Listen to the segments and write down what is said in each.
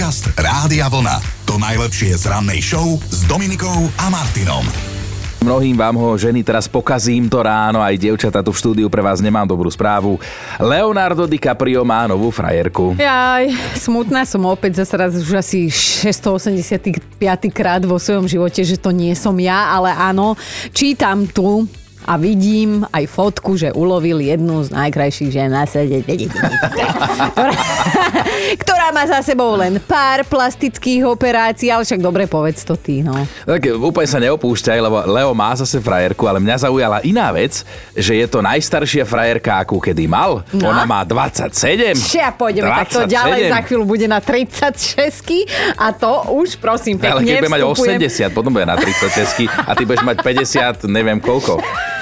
Podcast Rádia Vlna. To najlepšie z rannej show s Dominikou a Martinom. Mnohým vám ho ženy teraz pokazím to ráno, aj dievčatá tu v štúdiu, pre vás nemám dobrú správu. Leonardo DiCaprio má novú frajerku. Jaj, smutná som opäť zase raz už asi 685 krát vo svojom živote, že to nie som ja, ale áno, čítam tu a vidím aj fotku, že ulovil jednu z najkrajších žien na svete, ktorá má za sebou len pár plastických operácií, ale však dobre, povedz to ty, no. Tak úplne sa neopúšťaj, lebo Leo má zase frajerku, ale mňa zaujala iná vec, že je to najstaršia frajerka, akú kedy mal. No? Ona má 27. Ja pôjdeme takto ďalej, za chvíľu bude na 36 a to už prosím pekne ale keď bude mať 80, potom bude na 36 a ty budeš mať 50, neviem koľko.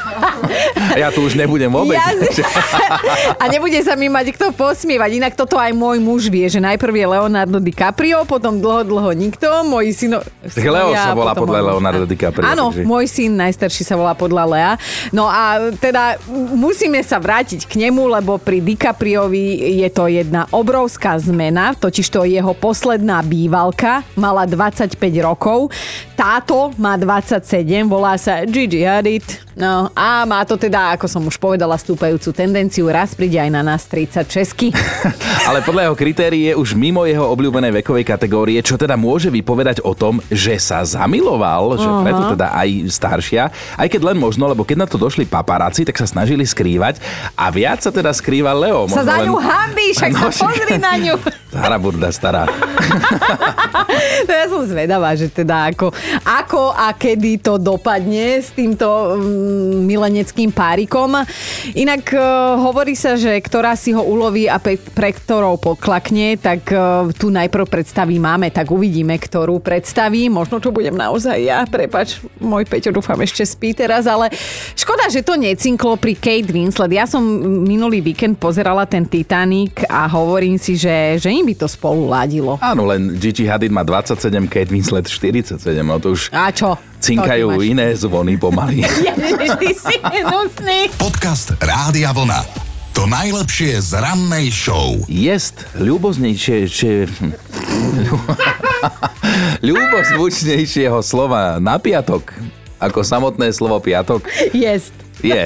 Ja tu už nebudem vôbec. A nebude sa mi mať kto posmievať. Inak toto aj môj muž vie, že najprv je Leonardo DiCaprio, potom dlho nikto. Môj syn... Leo sa volá podľa Leonardo DiCaprio. Áno, takže môj syn najstarší sa volá podľa Lea. No a teda musíme sa vrátiť k nemu, lebo pri DiCapriovi je to jedna obrovská zmena, totižto jeho posledná bývalka mala 25 rokov. Táto má 27, volá sa Gigi Hadid. No a má to teda, ako som už povedala, stúpajúcu tendenciu, raz príde aj na nás 36. Ale podľa jeho kritérií je už mimo jeho obľúbenej vekovej kategórie, čo teda môže vypovedať o tom, že sa zamiloval, že preto teda aj staršia, aj keď len možno, lebo keď na to došli paparáci, tak sa snažili skrývať a viac sa teda skrýva Leo. Sa za ňu hanbí, však sa pozri na ňu. Haraburda stará. No ja som zvedavá, že teda ako a kedy to dopadne s týmto mileneckým párikom. Inak hovorí sa, že ktorá si ho uloví a pre ktorou poklakne, tak tu najprv predstaví máme, tak uvidíme, ktorú predstaví. Možno to budem naozaj ja, prepáč, môj Peťo dúfam ešte spí teraz, ale škoda, že to necinklo pri Kate Winslet. Ja som minulý víkend pozerala ten Titanic a hovorím si, že im by to spolu ladilo. Áno, len Gigi Hadid má 27, Kate Winslet 47, no to už... A čo? Cinkajú iné zvony pomaly. Ježiš, ty si hnusný. Podcast Rádia Vlna. To najlepšie z rannej show. Jest ľubozvučnejšieho slova na piatok ako samotné slovo piatok. Jest.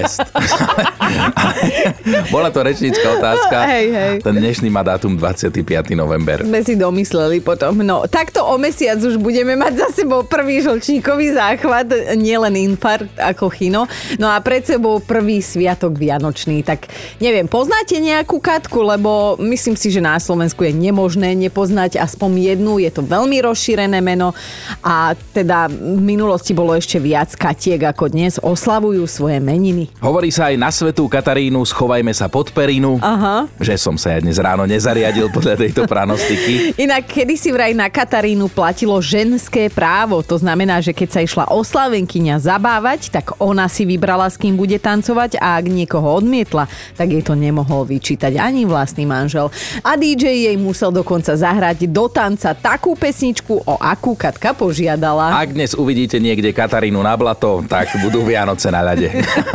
Bola to rečnícka otázka. Hej. Ten dnešný má dátum 25. november. Sme si domysleli potom. No, takto o mesiac už budeme mať za sebou prvý žlčníkový záchvat, nielen infarkt ako Chino. No a pred sebou prvý sviatok vianočný. Tak neviem, poznáte nejakú Katku? Lebo myslím si, že na Slovensku je nemožné nepoznať aspoň jednu. Je to veľmi rozšírené meno a teda v minulosti bolo ešte viac Katiek ako dnes. Oslavujú svoje meniny. Hovorí sa aj na svätú Katarínu, schovajme sa pod perinu. Aha. Že som sa ja dnes ráno nezariadil podľa tejto pranostiky. Inak kedysi vraj na Katarínu platilo ženské právo. To znamená, že keď sa išla oslavenkyňa zabávať, tak ona si vybrala, s kým bude tancovať a ak niekoho odmietla, tak jej to nemohol vyčítať ani vlastný manžel. A DJ jej musel dokonca zahrať do tanca takú pesničku, o akú Katka požiadala. Ak dnes uvidíte niekde Katarínu na blato, tak budú Vianoce na ľade.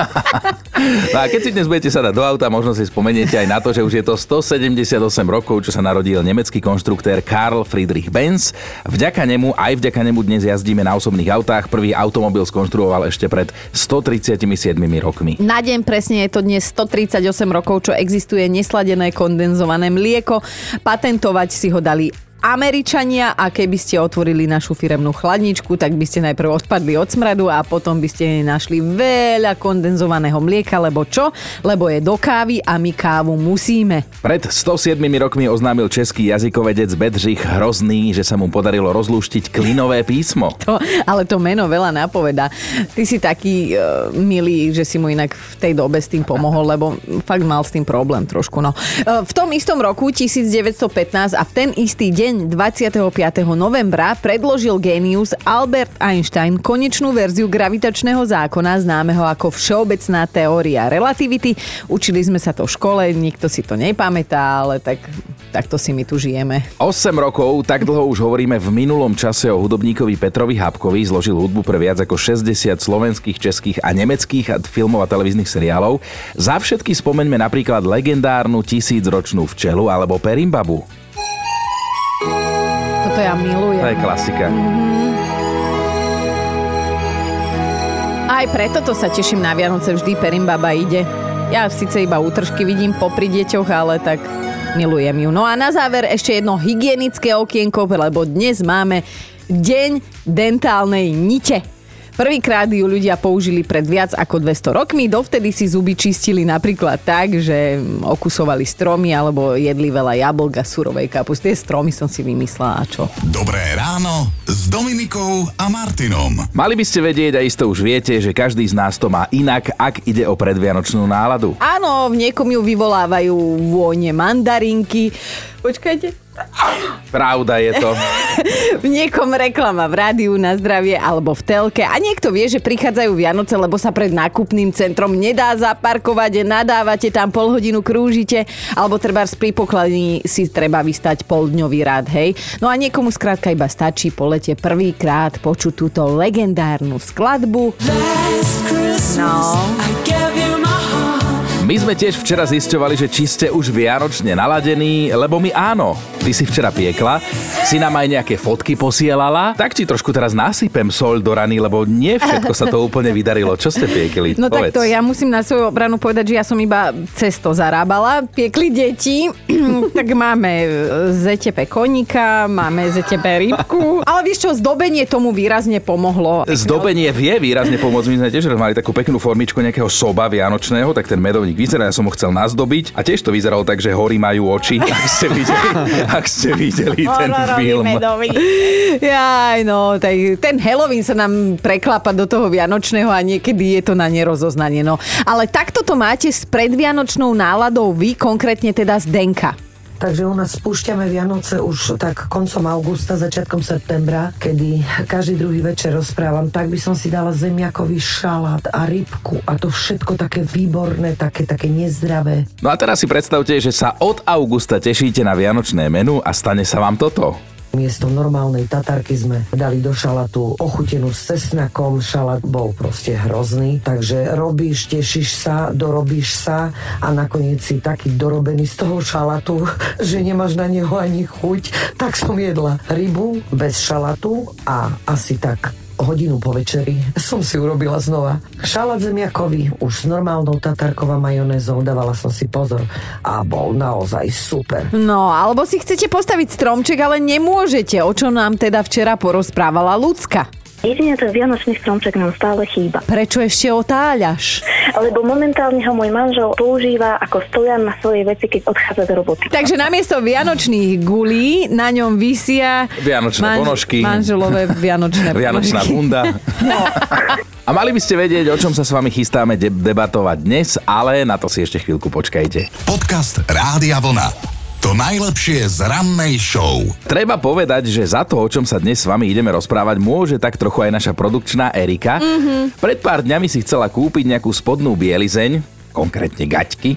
No a keď si dnes budete sadať do auta, možno si spomeniete aj na to, že už je to 178 rokov, čo sa narodil nemecký konštruktér Karl Friedrich Benz. Vďaka nemu dnes jazdíme na osobných autách. Prvý automobil skonštruoval ešte pred 137 rokmi. Na deň presne je to dnes 138 rokov, čo existuje nesladené kondenzované mlieko. Patentovať si ho dali Američania a keby ste otvorili našu firemnú chladničku, tak by ste najprv odpadli od smradu a potom by ste našli veľa kondenzovaného mlieka, lebo čo? Lebo je do kávy a my kávu musíme. Pred 107 rokmi oznámil český jazykovedec Bedřich Hrozný, že sa mu podarilo rozlúštiť klinové písmo. Ale to meno veľa napovedá. Ty si taký milý, že si mu inak v tej dobe s tým pomohol, lebo fakt mal s tým problém trošku. No. V tom istom roku 1915 a v ten istý deň 25. novembra predložil génius Albert Einstein konečnú verziu gravitačného zákona, známeho ako všeobecná teória relativity. Učili sme sa to v škole, nikto si to nepamätá, ale takto si my tu žijeme. 8 rokov, tak dlho už hovoríme v minulom čase o hudobníkovi Petrovi Hápkovi, zložil hudbu pre viac ako 60 slovenských, českých a nemeckých filmov a televíznych seriálov. Za všetky spomeňme napríklad legendárnu 1000-ročnú včelu alebo Perimbabu. ja milujem. To je klasika. Aj preto to sa teším na Vianoce, vždy Perimbaba ide. Ja síce iba útržky vidím popri deťoch, ale tak milujem ju. No a na záver ešte jedno hygienické okienko, lebo dnes máme deň dentálnej nite. Prvýkrát ju ľudia použili pred viac ako 200 rokmi. Dovtedy si zuby čistili napríklad tak, že okusovali stromy alebo jedli veľa jablk a surovej kapusty. Tie stromy som si vymyslela, a čo? Dobré ráno s Dominikou a Martinom. Mali by ste vedieť, a isto už viete, že každý z nás to má inak, ak ide o predvianočnú náladu. Áno, v niekom ju vyvolávajú vône mandarinky. Počkajte. Pravda je to. V niekom reklama v rádiu, na zdravie alebo v telke. A niekto vie, že prichádzajú Vianoce, lebo sa pred nákupným centrom nedá zaparkovať, nadávate tam pol hodinu, krúžite, alebo trebárs pri pokladni si treba vystať poldňový rád, hej. No a niekomu skrátka iba stačí po lete prvýkrát počuť túto legendárnu skladbu. No. My sme tiež včera zisťovali, že či ste už vianočne naladení, lebo my áno. Ty si včera piekla, si nám aj nejaké fotky posielala, tak ti trošku teraz nasypem soľ do rany, lebo nie všetko sa to úplne vydarilo. Čo ste piekli? No Povedz. takto, ja musím na svoju obranu povedať, že ja som iba cesto zarábala. Piekli deti, tak máme ZTP koníka, máme ZTP rybku. Ale vieš čo, zdobenie tomu výrazne pomohlo. Zdobenie vie výrazne pomôcť. My sme tiež mali takú peknú formičku nejakého soba vianočného, tak ten medovník vyzerá, ja som ho chcel nazdobiť a tiež to vyzeralo tak, že hory majú oči, ak ste videli ten film. Jaj, no, ten Halloween sa nám preklapa do toho vianočného a niekedy je to na nerozoznanie. No. Ale takto to máte s predvianočnou náladou vy, konkrétne teda Zdenka. Takže u nás spúšťame Vianoce už tak koncom augusta, začiatkom septembra, kedy každý druhý večer rozprávam, tak by som si dala zemiakový šalát a rybku a to všetko také výborné, také nezdravé. No a teraz si predstavte, že sa od augusta tešíte na vianočné menu a stane sa vám toto. Miesto normálnej tatarky sme dali do šalátu ochutenú s cesnakom. Šalát bol proste hrozný. Takže robíš, tešíš sa, dorobíš sa a nakoniec si taký dorobený z toho šalátu, že nemáš na neho ani chuť. Tak som jedla rybu bez šalátu a asi tak hodinu po večeri som si urobila znova šalát zemiakový, už s normálnou tatarkovou majonézou, dávala som si pozor a bol naozaj super. No, alebo si chcete postaviť stromček, ale nemôžete, o čo nám teda včera porozprávala Ľudská. Jedine ten vianočný stromček nám stále chýba. Prečo ešte otáľaš? Lebo momentálne ho môj manžel používa ako stojan na svoje veci, keď odchádza do roboty. Takže namiesto vianočných gulí na ňom visia vianočné ponožky. Manželové vianočné ponožky. Vianočná bunda. No. A mali by ste vedieť, o čom sa s vami chystáme debatovať dnes, ale na to si ešte chvíľku počkajte. Podcast Rádia Vlna. To najlepšie z rannej show. Treba povedať, že za to, o čom sa dnes s vami ideme rozprávať, môže tak trochu aj naša produkčná Erika. Pred pár dňami si chcela kúpiť nejakú spodnú bielizeň, konkrétne gaťky.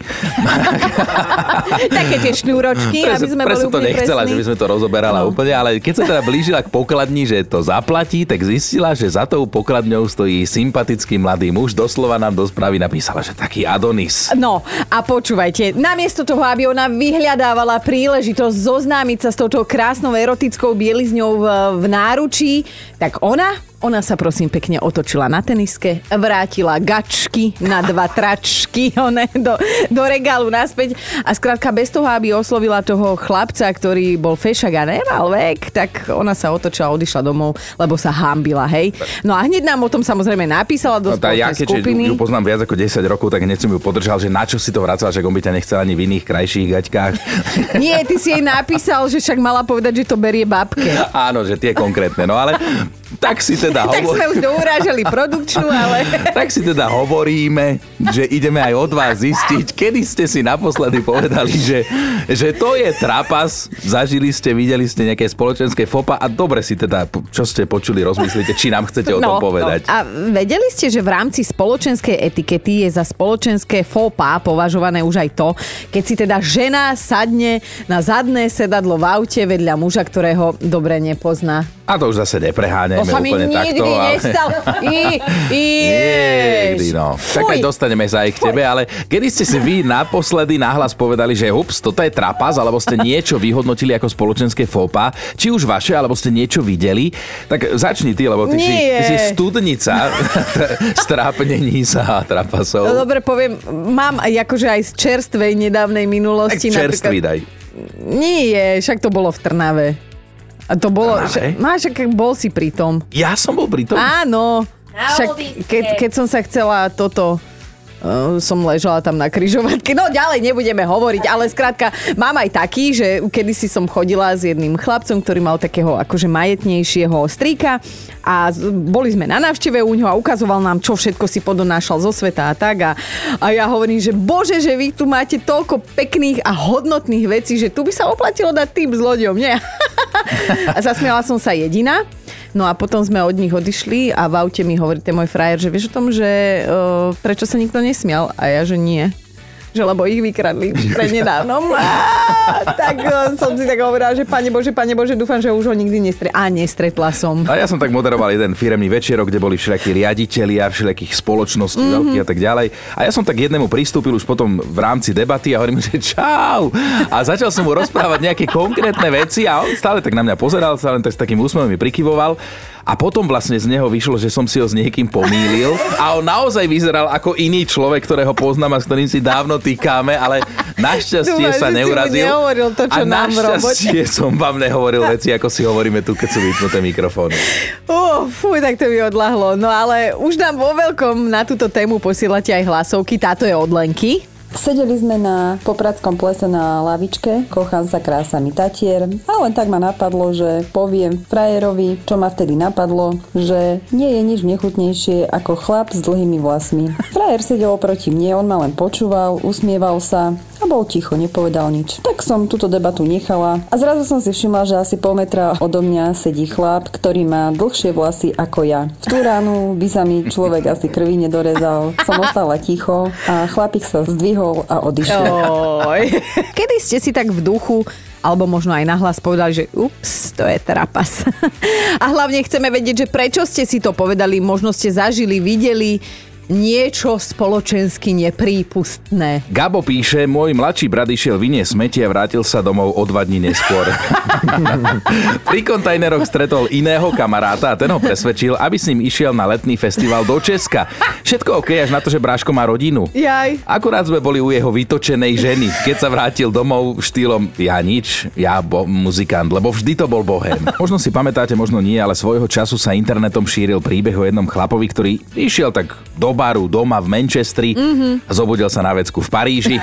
Také tie šnúročky, aby sme boli to úplne nechcela, presní. že by sme to rozoberala úplne, ale keď sa teda blížila k pokladni, že to zaplatí, tak zistila, že za tou pokladňou stojí sympatický mladý muž. Doslova nám do správy napísala, že taký Adonis. No a počúvajte, namiesto toho, aby ona vyhľadávala príležitosť zoznámiť sa s touto krásnou erotickou bielizňou v náručí, tak ona sa prosím pekne otočila na teniske, vrátila gačky na 2 tračky do regálu naspäť a skrátka bez toho, aby oslovila toho chlapca, ktorý bol fešak a nemal vek, tak ona sa otočila a odišla domov, lebo sa hambila, hej. No a hneď nám o tom samozrejme napísala do spoločnej skupiny. Ja keďže ju poznám viac ako 10 rokov, tak hneď som ju podržal, že na čo si to vracala, že on by ťa nechcel ani v iných krajších gaťkách. Nie, ty si jej napísal, že však mala povedať, že to berie babke. Áno, že tie konkrétne, no ale tak si teda Tak sme už dourážali produkčnú, ale... Tak si teda hovoríme, že ideme aj od vás zistiť, kedy ste si naposledy povedali, že to je trapas, zažili ste, videli ste nejaké spoločenské fopa a dobre si teda, čo ste počuli, rozmyslíte, či nám chcete o tom povedať. A vedeli ste, že v rámci spoločenskej etikety je za spoločenské fopa považované už aj to, keď si teda žena sadne na zadné sedadlo v aute vedľa muža, ktorého dobre nepozná. A to už zase nepreháňajme úplne. takto. nestal. Niekdy, no. Tak aj dostaneme sa aj k tebe, ale kedy ste si vy naposledy nahlas povedali, že ups, toto je trapas, alebo ste niečo vyhodnotili ako spoločenské fópa, či už vaše, alebo ste niečo videli, tak začni ty, lebo ty si studnica strápnení sa a trapasov. No dobre, poviem, mám akože aj z čerstvej nedávnej minulosti. Tak čerstvý daj. Nie, však to bolo v Trnave. A to bolo, však bol si pri tom. Ja som bol pri tom? Áno. Však keď som sa chcela som ležala tam na križovatke. No ďalej nebudeme hovoriť, ale skrátka mám aj taký, že kedysi som chodila s jedným chlapcom, ktorý mal takého akože majetnejšieho strýka a boli sme na návšteve u ňoho a ukazoval nám, čo všetko si podonášal zo sveta a tak. A ja hovorím, že bože, že vy tu máte toľko pekných a hodnotných vecí, že tu by sa oplatilo dať tým s ľuďom, nie? A zasmiala som sa jediná. No a potom sme od nich odišli a v aute mi hovorí ten môj frajer, že vieš o tom, že prečo sa nikto nesmial? A ja, že nie. Že lebo ich vykradli prednedávnom. Tak som si tak hovorila, že Pane Bože, dúfam, že už ho nikdy nestretla som. A ja som tak moderoval jeden firemný večerok, kde boli všelijakí riaditelia, všelijakých spoločností veľkých a tak ďalej. A ja som tak jednému pristúpil už potom v rámci debaty a hovorím, že čau. A začal som mu rozprávať nejaké konkrétne veci a on stále tak na mňa pozeral, sa len tak s takým úsmevom mi prikyvoval. A potom vlastne z neho vyšlo, že som si ho s niekým pomýlil a on naozaj vyzeral ako iný človek, ktorého poznám a s ktorým si dávno týkáme, ale našťastie sa neurazil. To, čo a našťastie som vám nehovoril veci, ako si hovoríme tu, keď sú vypnuté mikrofóny. Fuj, tak to mi odľahlo. No ale už nám vo veľkom na túto tému posielate aj hlasovky. Táto je od Lenky. Sedeli sme na Popradskom plese na lavičke, kochám sa krásami Tatier a len tak ma napadlo, že poviem frajerovi, čo ma vtedy napadlo, že nie je nič nechutnejšie ako chlap s dlhými vlasmi. Frajer sedel oproti mne, on ma len počúval, usmieval sa a bol ticho, nepovedal nič. Tak som túto debatu nechala a zrazu som si všimla, že asi pol metra odo mňa sedí chlap, ktorý má dlhšie vlasy ako ja. V tú ránu by sa mi človek asi krvi nedorezal. Som ostala ticho a chlapík sa zdvihol a odišiel. Kedy ste si tak v duchu alebo možno aj nahlas povedali, že ups, to je trapas. A hlavne chceme vedieť, že prečo ste si to povedali, možno ste zažili, videli niečo spoločensky neprípustné. Gabo píše, môj mladší brat išiel vyniesť smetie a vrátil sa domov o 2 dní neskôr. Pri kontajneroch stretol iného kamaráta a ten ho presvedčil, aby s ním išiel na letný festival do Česka. Všetko OK, až na to, že bráško má rodinu. Jaj. Akurát sme boli u jeho vytočenej ženy. Keď sa vrátil domov štýlom ja muzikant, lebo vždy to bol bohém. Možno si pamätáte, možno nie, ale svojho času sa internetom šíril príbeh o jednom chlapovi, ktorý išiel tak do baru doma v Manchestri a zobudil sa na vecku v Paríži.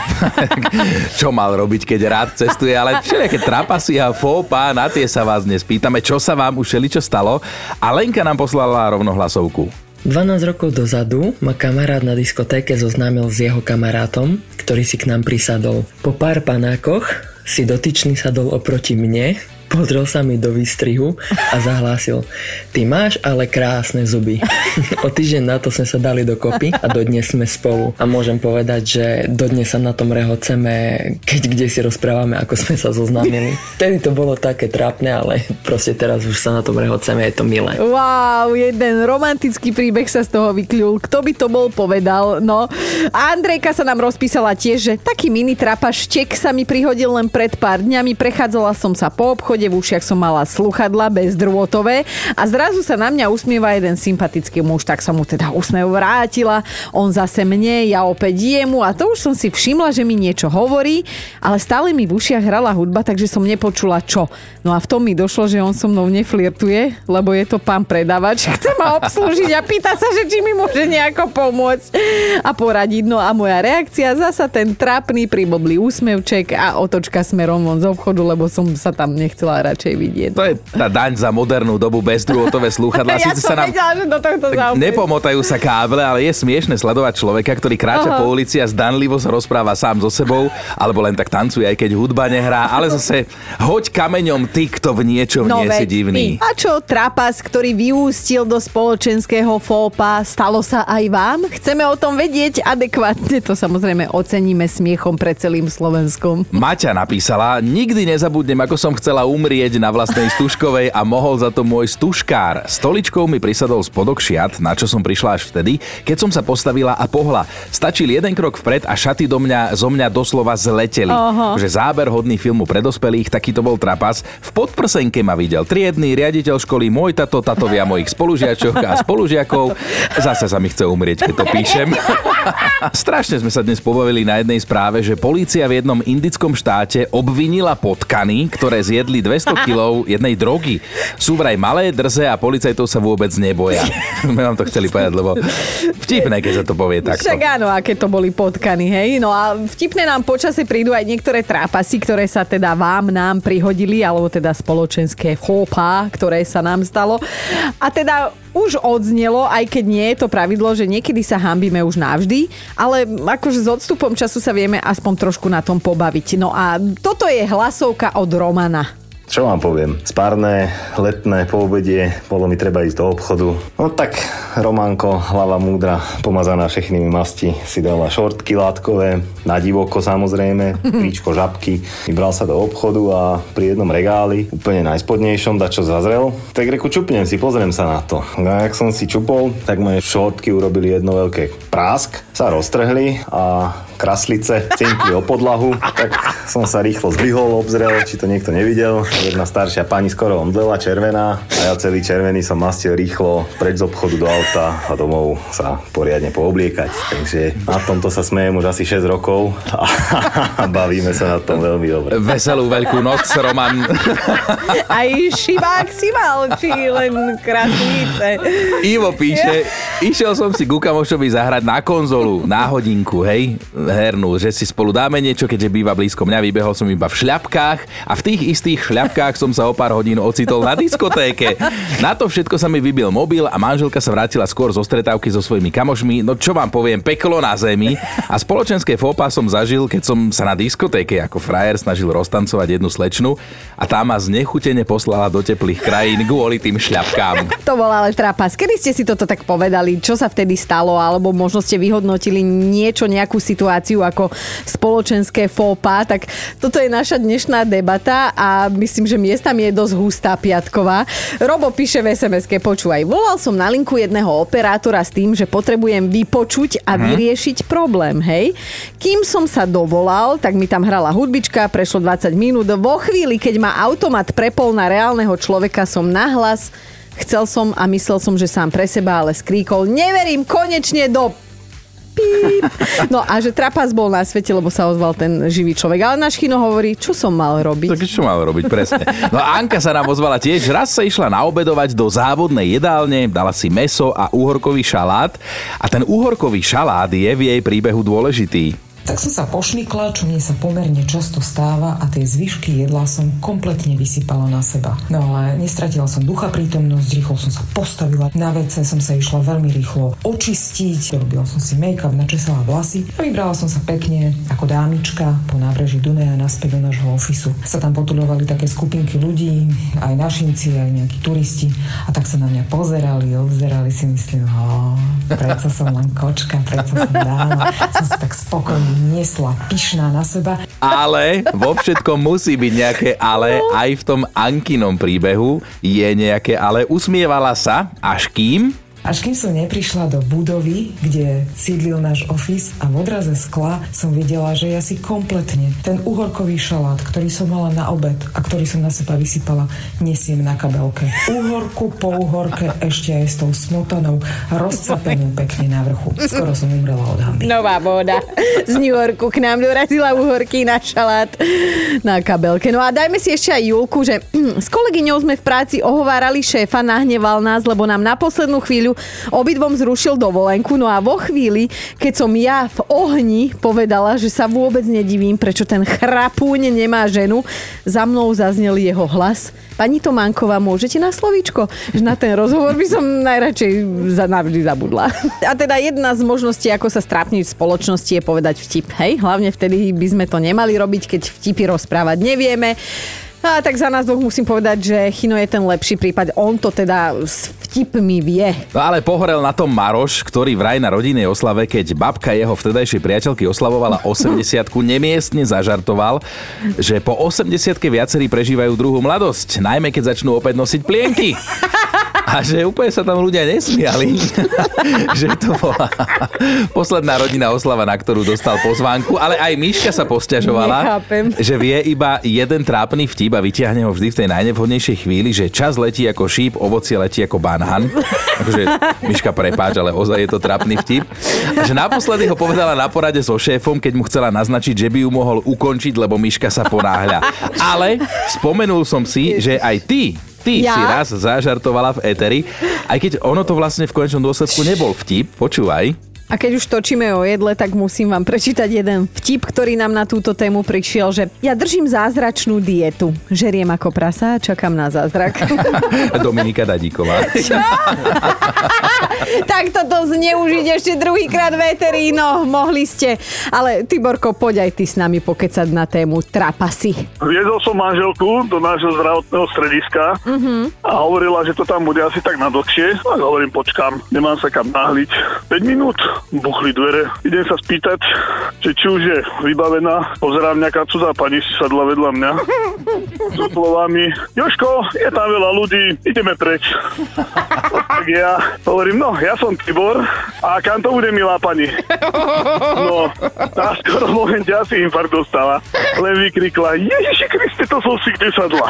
Čo mal robiť, keď rád cestuje, ale všelijaké trapasy a fópa, na tie sa vás dnes pýtame, čo sa vám už všeličo stalo. A Lenka nám poslala rovno hlasovku. 12 rokov dozadu ma kamarát na diskotéke zoznámil s jeho kamarátom, ktorý si k nám prisadol. Po pár panákoch si dotyčný sadol oproti mne, pozrel sa mi do výstrihu a zahlásil: Ty máš ale krásne zuby. O týždeň na to sme sa dali dokopy a dodnes sme spolu. A môžem povedať, že dodnes sa na tom rehoceme, keď kde si rozprávame, ako sme sa zoznámili. Vtedy to bolo také trápne, ale proste teraz už sa na tom rehoceme, je to milé. Wow, jeden romantický príbeh sa z toho vykľul. Kto by to bol povedal? No. A Andrejka sa nám rozpísala tiež, že taký mini trapaš štek sa mi prihodil len pred pár dňami. Prechádzala som sa po obchode, v ušiach som mala sluchadla bezdrôtové a zrazu sa na mňa usmieva jeden sympatický muž, tak som mu teda úsmev vrátila, on zase mne, ja opäť jemu a to už som si všimla, že mi niečo hovorí, ale stále mi v ušiach hrala hudba, takže som nepočula čo. No a v tom mi došlo, že on so mnou neflirtuje, lebo je to pán predávač, chce ma obslúžiť a pýta sa, že či mi môže nejako pomôcť a poradiť. No a moja reakcia, zasa ten trápny priblblý úsmevček a otočka smerom von z obchodu, lebo som sa tam nechcela radšej vidieť. To je tá daň za modernú dobu, bezdrôtové slúchadlá. Ja som vedela, že do tohto zaujím. Nepomotajú sa káble, ale je smiešne sledovať človeka, ktorý kráča po ulici a zdanlivo sa rozpráva sám so sebou, alebo len tak tancuje, aj keď hudba nehrá, ale zase hoď kameňom ty, kto v niečom nie si divný. A čo trapas, ktorý vyústil do spoločenského fópa, stalo sa aj vám? Chceme o tom vedieť adekvátne, to samozrejme oceníme smiechom pred celým Slovenskom. Maťa napísala: nikdy nezabudnem, ako som chcela umyť umrieť na vlastnej stužkovej a mohol za to môj stužkár. Stoličkou mi prisadol spodok šiat, na čo som prišla až vtedy, keď som sa postavila a pohla. Stačil jeden krok vpred a šaty zo mňa doslova zleteli. Že záber hodný filmu pre dospelých, taký to bol trapas. V podprsenke ma videl triedny riaditeľ školy, môj tatovia mojich spolužiačok a spolužiakov. Zase sa mi chce umrieť, keď to píšem. Strašne sme sa dnes pobavili na jednej správe, že polícia v jednom indickom štáte obvinila potkany, ktoré zjedli 200 kg jednej drogy. Sú vraj malé, drze a policajtov sa vôbec neboja. My vám to chceli povedať, lebo vtipné, keď sa to povie takto. Však áno, aké to boli potkany, hej. No a vtipné nám počasie prídu aj niektoré trápasy, ktoré sa teda nám prihodili, alebo teda spoločenské fópa, ktoré sa nám stalo. A teda už odznelo, aj keď nie je to pravidlo, že niekedy sa hanbíme už navždy, ale akože s odstupom času sa vieme aspoň trošku na tom pobaviť. No a toto je hlasovka od Romana. Čo vám poviem? Spárne, letné, po obede, bolo mi treba ísť do obchodu. No tak, Románko, hlava múdra, pomazaná všetkými masti, si dala šortky látkové, na divoko samozrejme, tričko, žabky. Vybral sa do obchodu a pri jednom regáli, úplne najspodnejšom, dačo zazrel. Tak reku, čupnem si, pozriem sa na to. A jak som si čupol, tak moje šortky urobili jedno veľké prásk, sa roztrhli a kraslice cinkli o podlahu. Tak som sa rýchlo zdvihol, obzrel, či to niekto nevidel. Jedna staršia pani skoro omdlela, červená, a ja celý červený som mastil rýchlo preč z obchodu do auta a domov sa poriadne poobliekať. Takže na tomto sa smejem už asi 6 rokov a bavíme sa na tom veľmi dobre. Veselú veľkú noc, Roman. Aj šibák si mal, či len krasnice. Ivo píše, išiel som si ku kamošovi zahrať na konzolu, na hodinku, hej, hernú, že si spolu dáme niečo, keďže býva blízko mňa, vybehol som iba v šľapkách a v tých istých šľapkách som sa o pár hodín ocitol na diskotéke. Na to všetko sa mi vybil mobil a manželka sa vrátila skôr zo stretávky so svojimi kamošmi. No čo vám poviem, peklo na zemi. A spoločenské fópa som zažil, keď som sa na diskotéke ako frajer snažil roztancovať jednu slečnu a tá ma znechutene poslala do teplých krajín kvôli tým šľapkám. To bol ale trapas. Kedy ste si toto tak povedali? Čo sa vtedy stalo? Alebo možno ste vyhodnotili nejakú situáciu ako spoločenské fópa? Tak toto je naša dnešná debata a myslím, že miestami je dosť hustá piatková. Robo píše v SMS-ke, počúvaj, volal som na linku jedného operátora s tým, že potrebujem vypočuť a vyriešiť problém, hej. Kým som sa dovolal, tak mi tam hrala hudbička, prešlo 20 minút. Vo chvíli, keď ma automat prepol na reálneho človeka, som nahlas, chcel som a myslel som, že sám pre seba, ale skríkol, neverím, konečne do píp. No a že trapas bol na svete, lebo sa ozval ten živý človek. Ale náš Chino hovorí, čo som mal robiť? Tak čo mal robiť, presne. No a Anka sa nám ozvala tiež. Raz sa išla naobedovať do závodnej jedálne, dala si mäso a úhorkový šalát. A ten úhorkový šalát je v jej príbehu dôležitý. Tak som sa pošmykla, čo mne sa pomerne často stáva a tie zvyšky jedla som kompletne vysypala na seba. No ale nestratila som ducha prítomnosť, rýchlo som sa postavila. Na WC som sa išla veľmi rýchlo očistiť, robila som si make-up, načesala vlasy a vybrala som sa pekne ako dámička po nábreží Dunaja naspäť do nášho ofisu. Sa tam potuľovali také skupinky ľudí, aj našinci, aj nejakí turisti a tak sa na mňa pozerali, obzerali si, myslím, predsa som len kočka, predsa som dáma, som sa tak spokojne niesla, pyšná na seba. Ale vo všetkom musí byť nejaké ale, aj v tom Ankinom príbehu je nejaké ale. Usmievala sa, až kým? Až kým som neprišla do budovy, kde sídlil náš office a v odraze skla som videla, že ja si kompletne ten uhorkový šalát, ktorý som mala na obed a ktorý som na seba vysypala, nesiem na kabelke. Uhorku po uhorke ešte aj s tou smotanou rozcapenú pekne na vrchu. Skoro som umrela od hanby. Nová móda. Z New Yorku k nám dorazila uhorky na šalát na kabelke. No a dajme si ešte aj Julku, že s kolegyňou sme v práci ohovárali šéfa, nahneval nás, lebo nám na poslednú chvíľu obidvom zrušil dovolenku. No a vo chvíli, keď som ja v ohni povedala, že sa vôbec nedivím, prečo ten chrapúň nemá ženu, za mnou zaznel jeho hlas. Pani Tománková, môžete na slovíčko? Že na ten rozhovor by som najradšej navždy zabudla. A teda jedna z možností, ako sa strápniť v spoločnosti, je povedať vtip. Hej? Hlavne vtedy by sme to nemali robiť, keď vtipy rozprávať nevieme. A tak za nás dvoch musím povedať, že Chino je ten lepší prípad. On to teda s vtipmi vie. No ale pohorel na tom Maroš, ktorý vraj na rodinnej oslave, keď babka jeho vtedajšej priateľky oslavovala 80-ku, nemiestne zažartoval, že po 80-ke viacerí prežívajú druhú mladosť, najmä keď začnú opäť nosiť plienky. A že úplne sa tam ľudia nesmiali, že to bola posledná rodinná oslava, na ktorú dostal pozvánku, ale aj Miška sa posťažovala, že vie iba jeden trápny vtip a vyťahne ho vždy v tej najnevhodnejšej chvíli, že čas letí ako šíp, ovocie letí ako banán. Akože Miška, prepáč, ale ozaj je to trápny vtip. A že naposledy ho povedala na porade so šéfom, keď mu chcela naznačiť, že by ju mohol ukončiť, lebo Miška sa ponáhľa. Ale spomenul som si, že aj ty si raz zažartovala v éteri, aj keď ono to vlastne v konečnom dôsledku nebol vtip, počúvaj. A keď už točíme o jedle, tak musím vám prečítať jeden vtip, ktorý nám na túto tému prišiel, že ja držím zázračnú dietu. Žeriem ako prasa a čakám na zázrak. Dominika Dadíková. Čo? Tak toto zneužiť ešte druhýkrát v éteri, no mohli ste. Ale Tiborko, poď aj ty s nami pokecať na tému trapasy. Viezol som manželku do nášho zdravotného strediska a hovorila, že to tam bude asi tak na dlhšie. Tak hovorím, počkám, nemám sa kam náhliť. 5 minút, buchli dvere. Idem sa spýtať, či už je vybavená. Pozerám, nejaká cudzá pani si sadla vedľa mňa. So slovami, Jožko, je tam veľa ľudí, ideme preč. Tak ja hovorím, no, ja som Tibor a kam to bude, milá pani? No, tá skoro v momente asi infarkt dostala. Len vykrikla, Ježiši Kriste, to som si kde sadla.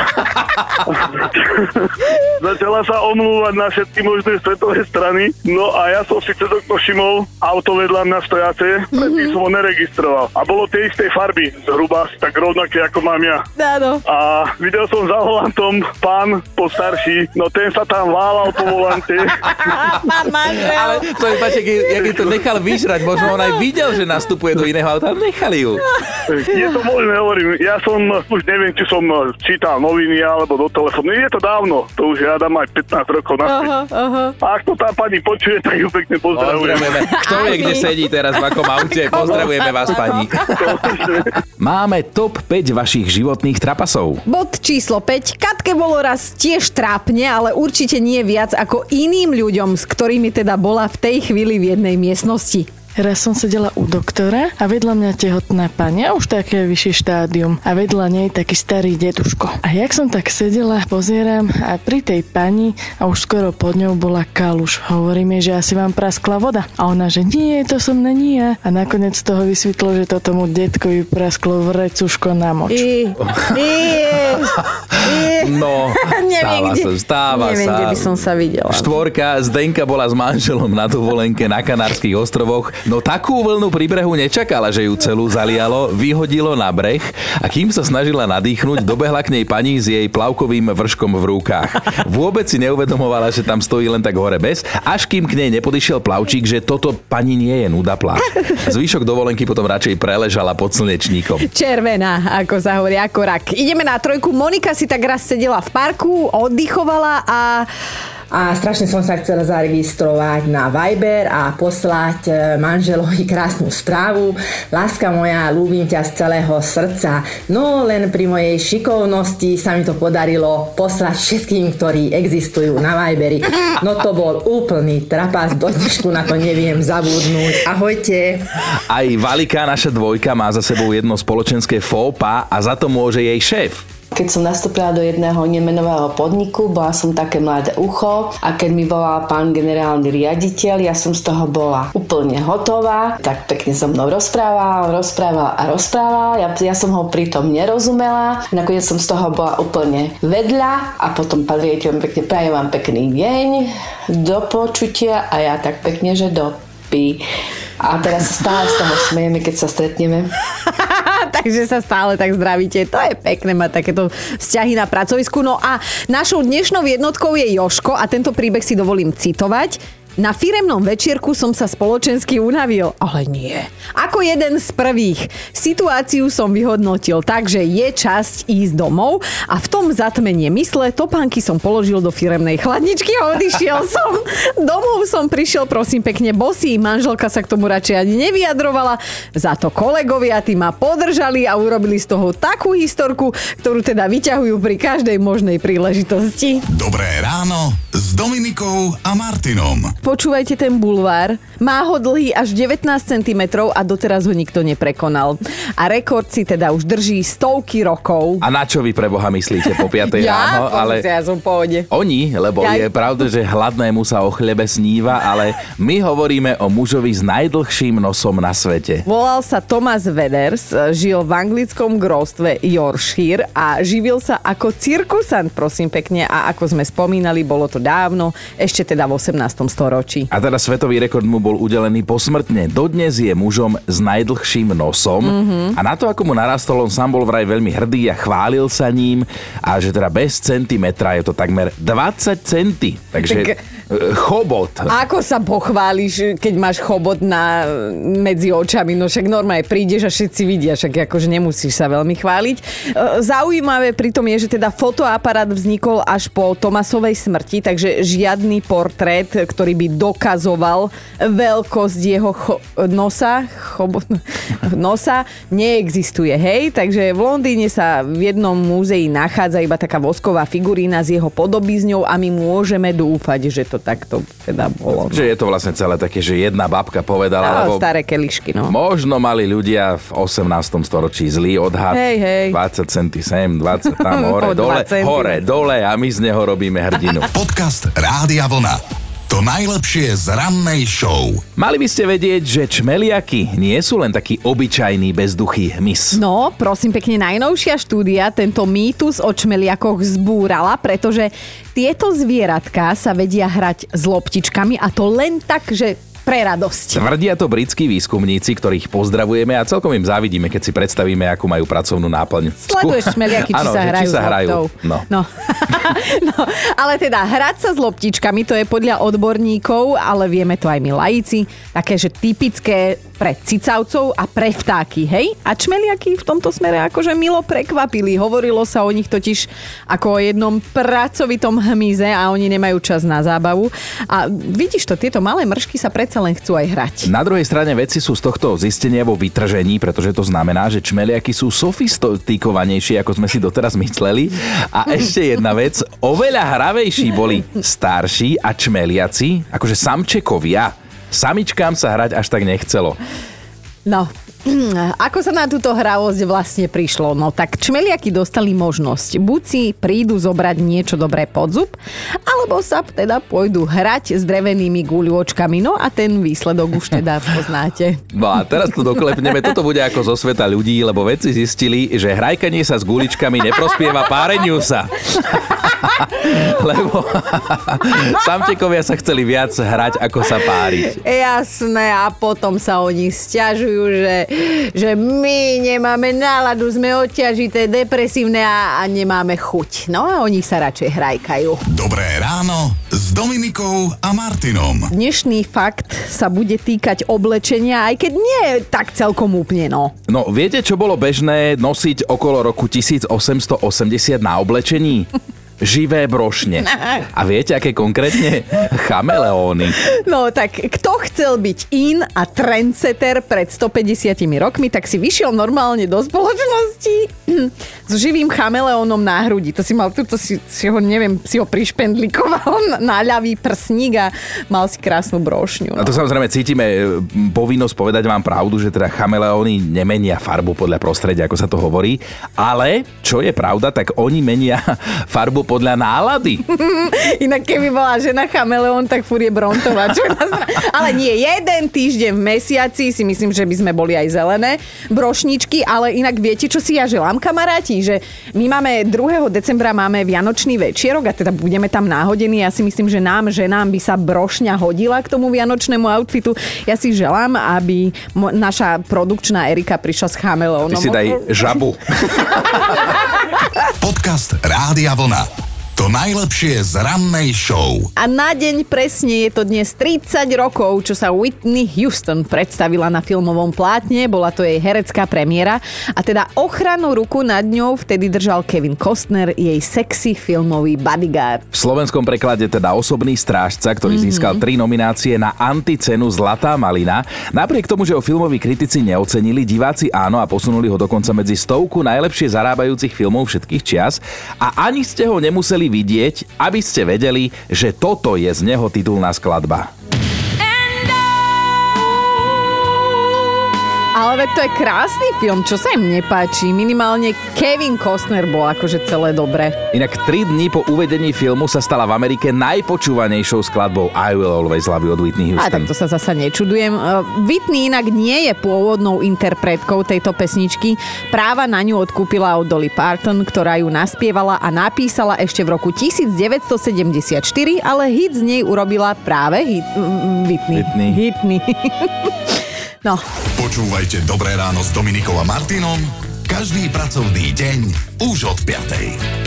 Začala sa omlúvať na všetky možné stretové strany, no a ja som si cez okno všimol auto vedľa mňa stojace, predtým som ho neregistroval. A bolo tej istej farby, zhruba tak rovnaké ako mám ja. Áno. A videl som za volantom pán postarší, no ten sa tam válal po volante. Pán manžel. Ale to je paček, jak to nechal vyžrať, možno on aj videl, že nastupuje do iného auta, ale nechali ju. Je to možné, hovorím, ja som, už neviem, či som čítal noviny alebo do telefónu, je to dávno, to už ja dám aj 15 rokov naspäť. A ak to tá pani počuje, tak ju pekne pozdravujem. Kto vie, kde sedí teraz v akom aute, pozdravujeme vás, pani. Máme top 5 vašich životných trapasov. Bod číslo 5. Katke bolo raz tiež trápne, ale určite nie viac ako iným ľuďom, s ktorými teda bola v tej chvíli v jednej miestnosti. Raz som sedela u doktora a vedľa mňa tehotná pani, a už také vyššie štádium, a vedľa nej taký starý deduško. A jak som tak sedela, pozerám a pri tej pani a už skoro pod ňou bola kaluž. Hovorím jej, že asi vám praskla voda. A ona, že nie, to som není ja. A nakoniec z toho vysvetlo, že to tomu detkovi prasklo vrecuško na moč. No, stáva neviem, sa. kde by som sa videla. 4. Zdenka bola s manželom na dovolenke na Kanárskych ostrovoch. No takú vlnu pri brehu nečakala, že ju celú zalialo, vyhodilo na breh a kým sa snažila nadýchnuť, dobehla k nej pani s jej plavkovým vrškom v rukách. Vôbec si neuvedomovala, že tam stojí len tak hore bez, až kým k nej nepodišiel plavčík, že toto pani nie je nuda-pláž. Zvyšok dovolenky potom radšej preležala pod slnečníkom. Červená, ako sa hovorí, ako rak. Ideme na 3. Monika si tak raz sedela v parku, oddychovala a strašne som sa chcela zaregistrovať na Viber a poslať manželovi krásnu správu. Láska moja, ľúbim ťa z celého srdca. No len pri mojej šikovnosti sa mi to podarilo poslať všetkým, ktorí existujú na Viberi. No to bol úplný trapas, do dnešku na to neviem zabudnúť. Ahojte. Aj Valika, naša dvojka, má za sebou jedno spoločenské faux pas a za to môže jej šéf. Keď som nastúpila do jedného nemenového podniku, bola som také mladé ucho a keď mi volal pán generálny riaditeľ, ja som z toho bola úplne hotová, tak pekne so mnou rozprával. Ja som ho pritom nerozumela, nakoniec som z toho bola úplne vedľa a potom pán riaditeľ mi pekne praje vám pekný deň, do počutia a ja tak pekne, že do a teraz stále z toho smejeme, keď sa stretneme. Takže sa stále tak zdravíte. To je pekné mať takéto vzťahy na pracovisku. No a našou dnešnou jednotkou je Jožko a tento príbeh si dovolím citovať. Na firemnom večierku som sa spoločensky unavil, ale nie. Ako jeden z prvých. Situáciu som vyhodnotil tak, že je časť ísť domov a v tom zatmenie mysle topánky som položil do firemnej chladničky a odišiel som. Domov som prišiel, prosím pekne, bosý. Manželka sa k tomu radšej ani nevyjadrovala. Za to kolegovia tí ma podržali a urobili z toho takú historku, ktorú teda vyťahujú pri každej možnej príležitosti. Dobré ráno s Dominikou a Martinom. Počúvajte ten bulvár. Má ho dlhý až 19 cm a doteraz ho nikto neprekonal. A rekord si teda už drží stovky rokov. A na čo vy pre Boha myslíte po 5. ráno? Ale ja som v pohode. Oni, lebo je pravda, že hladnému sa o chlebe sníva, ale my hovoríme o mužovi s najdlhším nosom na svete. Volal sa Thomas Wedders, žil v anglickom gróstve Yorkshire a živil sa ako cirkusant, prosím pekne, a ako sme spomínali, bolo to dávno, ešte teda v 18. storočí. A teda svetový rekord mu bol udelený posmrtne. Dodnes je mužom s najdlhším nosom a na to, ako mu narastol, on sám bol vraj veľmi hrdý a chválil sa ním a že teda bez centimetra je to takmer 20 centy. Takže chobot. Ako sa pochváliš, keď máš chobot medzi očami? No však normálne prídeš a všetci vidia, však akože nemusíš sa veľmi chváliť. Zaujímavé pritom je, že teda fotoaparát vznikol až po Thomasovej smrti, takže žiadny portrét, ktorý by dokazoval veľkosť jeho nosa neexistuje, hej? Takže v Londýne sa v jednom múzei nachádza iba taká vosková figurína s jeho podobizňou a my môžeme dúfať, že to takto teda bolo. Že je to vlastne celé také, že jedna babka povedala, lebo staré kelišky, no. Možno mali ľudia v 18. storočí zlý odhad. Hej. 20 centy sem, 20 tam, hore, dole a my z neho robíme hrdinu. Podcast Rádia Vlna. To najlepšie z rannej show. Mali by ste vedieť, že čmeliaky nie sú len taký obyčajný bezduchý hmyz. No, prosím pekne, najnovšia štúdia tento mýtus o čmeliakoch zbúrala, pretože tieto zvieratka sa vedia hrať s loptičkami a to len tak, že pre radosť. Tvrdia to britskí výskumníci, ktorých pozdravujeme a celkom im závidíme, keď si predstavíme, akú majú pracovnú náplň. Sleduješ čmeliaky, či sa hrajú s loptou. No. Ale teda hrať sa s loptičkami, to je podľa odborníkov, ale vieme to aj my laici, také, že typické pre cicavcov a pre vtáky, hej? A čmeliaky v tomto smere akože milo prekvapili. Hovorilo sa o nich totiž ako o jednom pracovitom hmyze a oni nemajú čas na zábavu. A vidíš to, tieto malé mršky sa predsa len chcú aj hrať. Na druhej strane vedci sú z tohto zistenia vo vytržení, pretože to znamená, že čmeliaky sú sofistikovanejšie, ako sme si doteraz mysleli. A ešte jedna vec, oveľa hravejší boli starší a čmeliaci, akože samčekovia. Samičkám sa hrať až tak nechcelo. No, ako sa na túto hravosť vlastne prišlo? No tak čmeliaky dostali možnosť. Buď si prídu zobrať niečo dobré pod zub, alebo sa teda pôjdu hrať s drevenými guľôčkami. No a ten výsledok už teda poznáte. No a teraz to doklepneme. Toto bude ako zo sveta ľudí, lebo vedci zistili, že hrajkanie sa s guličkami neprospieva páreniu sa. Lebo samčekovia sa chceli viac hrať, ako sa páriť. Jasné, a potom sa oni sťažujú, že my nemáme náladu, sme odťažité, depresívne a nemáme chuť. No a oni sa radšej hrajkajú. Dobré ráno s Dominikou a Martinom. Dnešný fakt sa bude týkať oblečenia, aj keď nie tak celkom úplne, no. No, viete, čo bolo bežné nosiť okolo roku 1880 na oblečení? Živé brošne. A viete, aké konkrétne? Chameleóny. No tak, kto chcel byť in a trendsetter pred 150 rokmi, tak si vyšiel normálne do spoločnosti s živým chameleónom na hrudi. To si mal, si ho prišpendlikoval na ľavý prsník a mal si krásnu brošňu. No. A to samozrejme cítime povinnosť povedať vám pravdu, že teda chameleóny nemenia farbu podľa prostredia, ako sa to hovorí. Ale, čo je pravda, tak oni menia farbu podľa nálady. Inak keby bola žena chameleón, tak furt je brontová. Ale nie, jeden týždeň v mesiaci si myslím, že by sme boli aj zelené brošničky, ale inak viete, čo si ja želám, kamaráti, že my máme 2. decembra máme vianočný večierok a teda budeme tam náhodení. Ja si myslím, že nám, ženám by sa brošňa hodila k tomu vianočnému outfitu. Ja si želám, aby naša produkčná Erika prišla s chameleónom. Ty si daj žabu. Podcast Rádia Vlna. To najlepšie z rannej show. A na deň presne je to dnes 30 rokov, čo sa Whitney Houston predstavila na filmovom plátne. Bola to jej herecká premiéra. A teda ochrannú ruku nad ňou vtedy držal Kevin Costner, jej sexy filmový bodyguard. V slovenskom preklade teda osobný strážca, ktorý získal 3 nominácie na anticenu Zlatá malina. Napriek tomu, že ho filmoví kritici neocenili, diváci áno a posunuli ho dokonca medzi 100 najlepšie zarábajúcich filmov všetkých čias. A ani ste ho nemuseli museli vidieť, aby ste vedeli, že toto je z neho titulná skladba. Ale to je krásny film, čo sa im nepáči. Minimálne Kevin Costner bol akože celé dobre. Inak 3 dní po uvedení filmu sa stala v Amerike najpočúvanejšou skladbou I Will Always Love You od Whitney Houston. A tak to sa zasa nečudujem. Whitney inak nie je pôvodnou interpretkou tejto pesničky. Práva na ňu odkúpila od Dolly Parton, ktorá ju naspievala a napísala ešte v roku 1974, ale hit z nej urobila práve Whitney. No. Počúvajte Dobré ráno s Dominikou a Martinom každý pracovný deň už od 5.